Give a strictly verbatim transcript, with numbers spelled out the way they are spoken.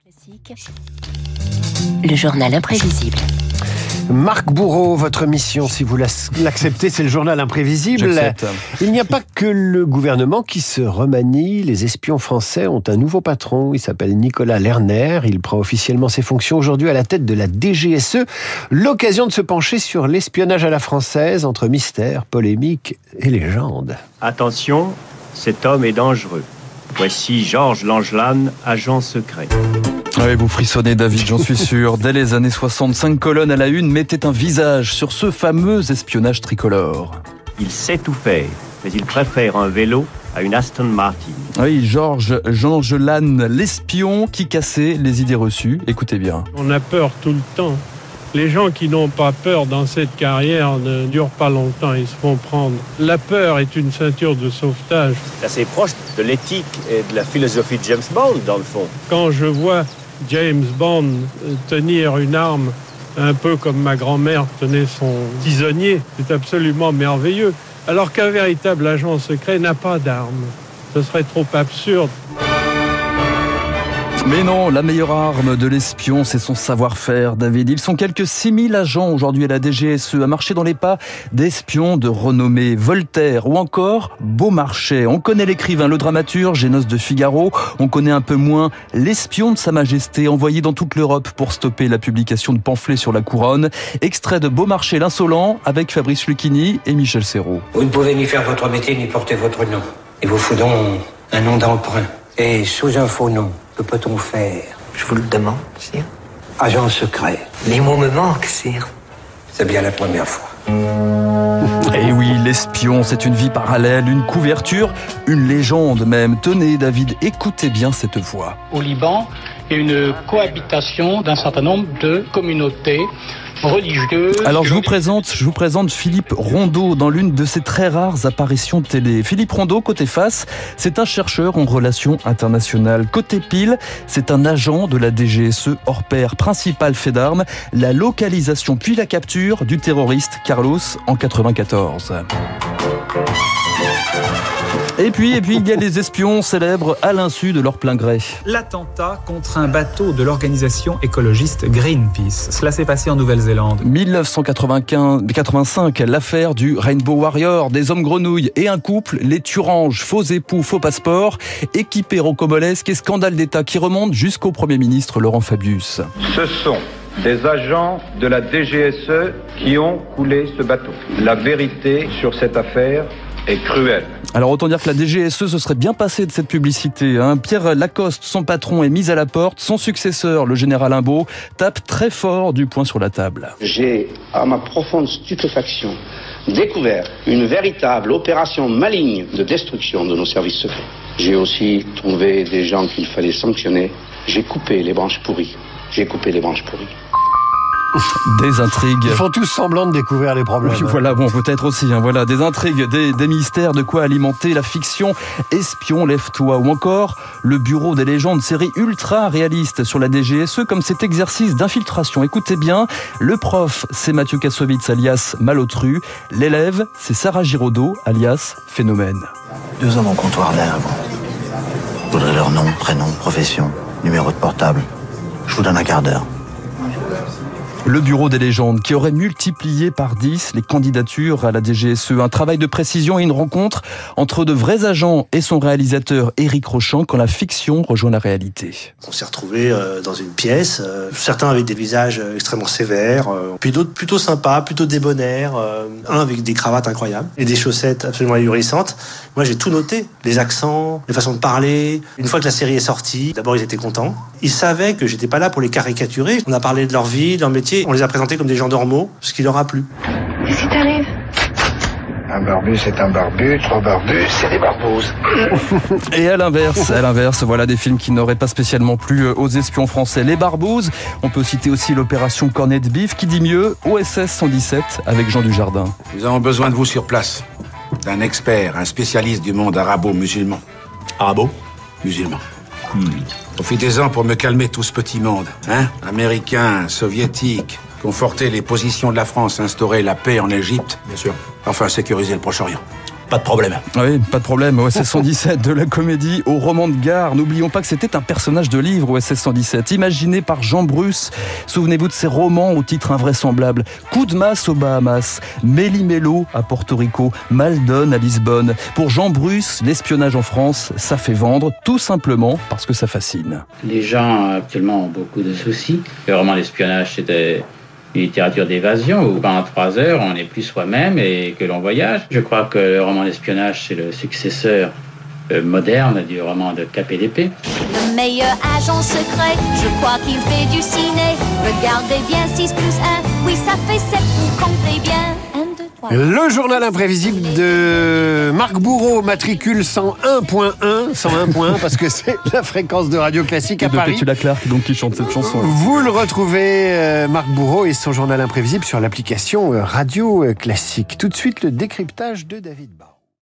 Classique, le journal imprévisible. Marc Bourreau, votre mission, si vous l'acceptez, c'est le journal imprévisible. J'accepte. Il n'y a pas que le gouvernement qui se remanie. Les espions français ont un nouveau patron. Il s'appelle Nicolas Lerner. Il prend officiellement ses fonctions aujourd'hui à la tête de la D G S E. L'occasion de se pencher sur l'espionnage à la française entre mystère, polémique et légende. Attention, cet homme est dangereux. Voici Georges Langelan, agent secret. Oui, vous frissonnez, David, j'en suis sûr. Dès les années soixante, cinq colonnes à la une mettaient un visage sur ce fameux espionnage tricolore. Il sait tout faire, mais il préfère un vélo à une Aston Martin. Oui, Georges Langelan, l'espion qui cassait les idées reçues. Écoutez bien. On a peur tout le temps. Les gens qui n'ont pas peur dans cette carrière ne durent pas longtemps, ils se font prendre. La peur est une ceinture de sauvetage. C'est assez proche de l'éthique et de la philosophie de James Bond, dans le fond. Quand je vois James Bond tenir une arme un peu comme ma grand-mère tenait son tisonnier, c'est absolument merveilleux. Alors qu'un véritable agent secret n'a pas d'arme. Ce serait trop absurde. Mais non, la meilleure arme de l'espion, c'est son savoir-faire, David. Ils sont quelques six mille agents aujourd'hui à la D G S E à marcher dans les pas d'espions de renommée, Voltaire ou encore Beaumarchais. On connaît l'écrivain, le dramaturge et Noces de Figaro. On connaît un peu moins l'espion de Sa Majesté, envoyé dans toute l'Europe pour stopper la publication de pamphlets sur la couronne. Extrait de Beaumarchais l'insolent avec Fabrice Lucchini et Michel Serrault. Vous ne pouvez ni faire votre métier ni porter votre nom. Il vous faut donc un nom d'emprunt. Et sous un faux nom, que peut-on faire? Je vous le demande, sire. Agent secret. Les mots me manquent, sire. C'est bien la première fois. Et oui, l'espion, c'est une vie parallèle, une couverture, une légende même. Tenez, David, écoutez bien cette voix. Au Liban, il y a une cohabitation d'un certain nombre de communautés religieuses. Alors je vous présente, je vous présente Philippe Rondeau dans l'une de ses très rares apparitions télé. Philippe Rondeau, côté face, c'est un chercheur en relations internationales. Côté pile, c'est un agent de la D G S E hors pair. Principal fait d'armes, la localisation puis la capture du terroriste Carlos en quatre-vingt-quatorze. Et puis, et puis, il y a les espions célèbres à l'insu de leur plein gré. L'attentat contre un bateau de l'organisation écologiste Greenpeace. Cela s'est passé en Nouvelle-Zélande. dix-neuf cent quatre-vingt-cinq, l'affaire du Rainbow Warrior, des hommes grenouilles et un couple, les Turanges, faux époux, faux passeports, équipés rocambolesques et scandale d'État qui remonte jusqu'au Premier ministre Laurent Fabius. Ce sont des agents de la D G S E qui ont coulé ce bateau. La vérité sur cette affaire est cruelle. Alors autant dire que la D G S E se serait bien passé de cette publicité. Hein. Pierre Lacoste, son patron, est mis à la porte. Son successeur, le général Imbaud, tape très fort du poing sur la table. J'ai, à ma profonde stupéfaction, découvert une véritable opération maligne de destruction de nos services secrets. J'ai aussi trouvé des gens qu'il fallait sanctionner. J'ai coupé les branches pourries. J'ai coupé les branches pourries. Des intrigues. Ils font tous semblant de découvrir les problèmes. Oui, voilà, bon, peut-être aussi. Hein, voilà, des intrigues, des, des mystères, de quoi alimenter la fiction. Espion, lève-toi, ou encore le bureau des légendes, série ultra réaliste sur la D G S E, comme cet exercice d'infiltration. Écoutez bien, le prof, c'est Mathieu Kassovitz, alias Malotru. L'élève, c'est Sarah Giraudot, alias Phénomène. Deux hommes au comptoir d'air. Je voudrais leur nom, prénom, profession, numéro de portable. Je vous donne un quart d'heure. Le bureau des légendes qui aurait multiplié par dix les candidatures à la D G S E. Un travail de précision et une rencontre entre de vrais agents et son réalisateur Éric Rochant quand la fiction rejoint la réalité. On s'est retrouvés dans une pièce, certains avec des visages extrêmement sévères, puis d'autres plutôt sympas, plutôt débonnaires, un avec des cravates incroyables et des chaussettes absolument ahurissantes. Moi j'ai tout noté, les accents, les façons de parler. Une fois que la série est sortie, d'abord ils étaient contents. Ils savaient que j'étais pas là pour les caricaturer. On a parlé de leur vie, de leur métier. On les a présentés comme des gens normaux, ce qui leur a plu. Qu'est-ce qui t'arrive ? Un barbu, c'est un barbu. Trois barbus, c'est des barbouzes. Et à l'inverse, à l'inverse, voilà des films qui n'auraient pas spécialement plu aux espions français. Les barbouzes. On peut citer aussi l'opération Cornet de Bif, qui dit mieux, O S S cent dix-sept avec Jean Dujardin. Nous avons besoin de vous sur place. D'un expert, un spécialiste du monde arabo-musulman. Arabo ? Musulman. Hmm. Profitez-en pour me calmer tout ce petit monde, hein ? Américains, soviétiques, conforter les positions de la France, instaurer la paix en Égypte. Bien sûr. Enfin, sécuriser le Proche-Orient. Pas de problème. Oui, pas de problème. O S S cent dix-sept, de la comédie au roman de gare. N'oublions pas que c'était un personnage de livre, O S S cent dix-sept, imaginé par Jean Bruce. Souvenez-vous de ses romans au titre invraisemblable. Coup de masse aux Bahamas, Méli-Mélo à Porto Rico, Maldon à Lisbonne. Pour Jean Bruce, l'espionnage en France, ça fait vendre, tout simplement parce que ça fascine. Les gens actuellement ont beaucoup de soucis. Le roman d'espionnage, c'était une littérature d'évasion où pendant trois heures, on n'est plus soi-même et que l'on voyage. Je crois que le roman d'espionnage, c'est le successeur euh, moderne du roman de K P D P. Le meilleur agent secret, je crois qu'il fait du ciné. Regardez bien, six plus un, oui ça fait sept, vous comptez bien. Le journal imprévisible de Marc Bourreau, matricule cent un point un, cent un point un parce que c'est la fréquence de Radio Classique à de Paris. Petula Clark, donc qui chante cette chanson. Vous le retrouvez, euh, Marc Bourreau et son journal imprévisible sur l'application Radio Classique. Tout de suite, le décryptage de David Barr.